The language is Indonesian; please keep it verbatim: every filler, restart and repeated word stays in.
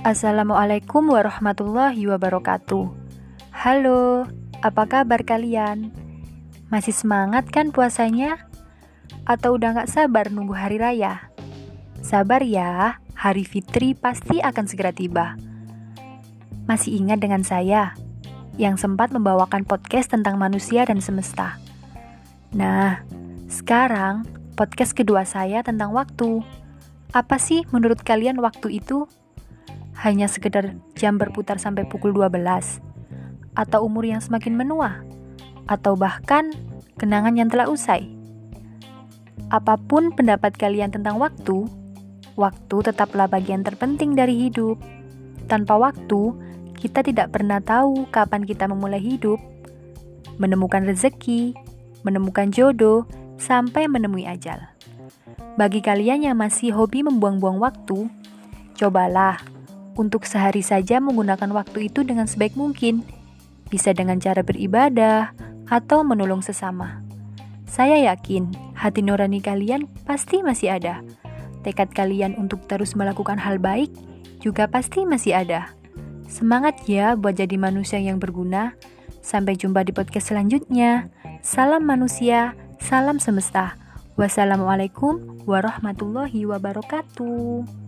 Assalamualaikum warahmatullahi wabarakatuh. Halo, apa kabar kalian? Masih semangat kan puasanya? Atau udah gak sabar nunggu hari raya? Sabar ya, hari fitri pasti akan segera tiba. Masih ingat dengan saya, yang sempat membawakan podcast tentang manusia dan semesta. Nah, sekarang podcast kedua saya tentang waktu. Apa sih menurut kalian waktu itu? Hanya sekedar jam berputar sampai pukul dua belas? Atau umur yang semakin menua? Atau bahkan kenangan yang telah usai? Apapun pendapat kalian tentang waktu, waktu tetaplah bagian terpenting dari hidup. Tanpa waktu, kita tidak pernah tahu kapan kita memulai hidup, menemukan rezeki, menemukan jodoh, sampai menemui ajal. Bagi kalian yang masih hobi membuang-buang waktu, cobalah untuk sehari saja menggunakan waktu itu dengan sebaik mungkin. Bisa dengan cara beribadah atau menolong sesama. Saya yakin hati nurani kalian pasti masih ada. Tekad kalian untuk terus melakukan hal baik juga pasti masih ada. Semangat ya buat jadi manusia yang berguna. Sampai jumpa di podcast selanjutnya. Salam manusia, salam semesta. Wassalamualaikum warahmatullahi wabarakatuh.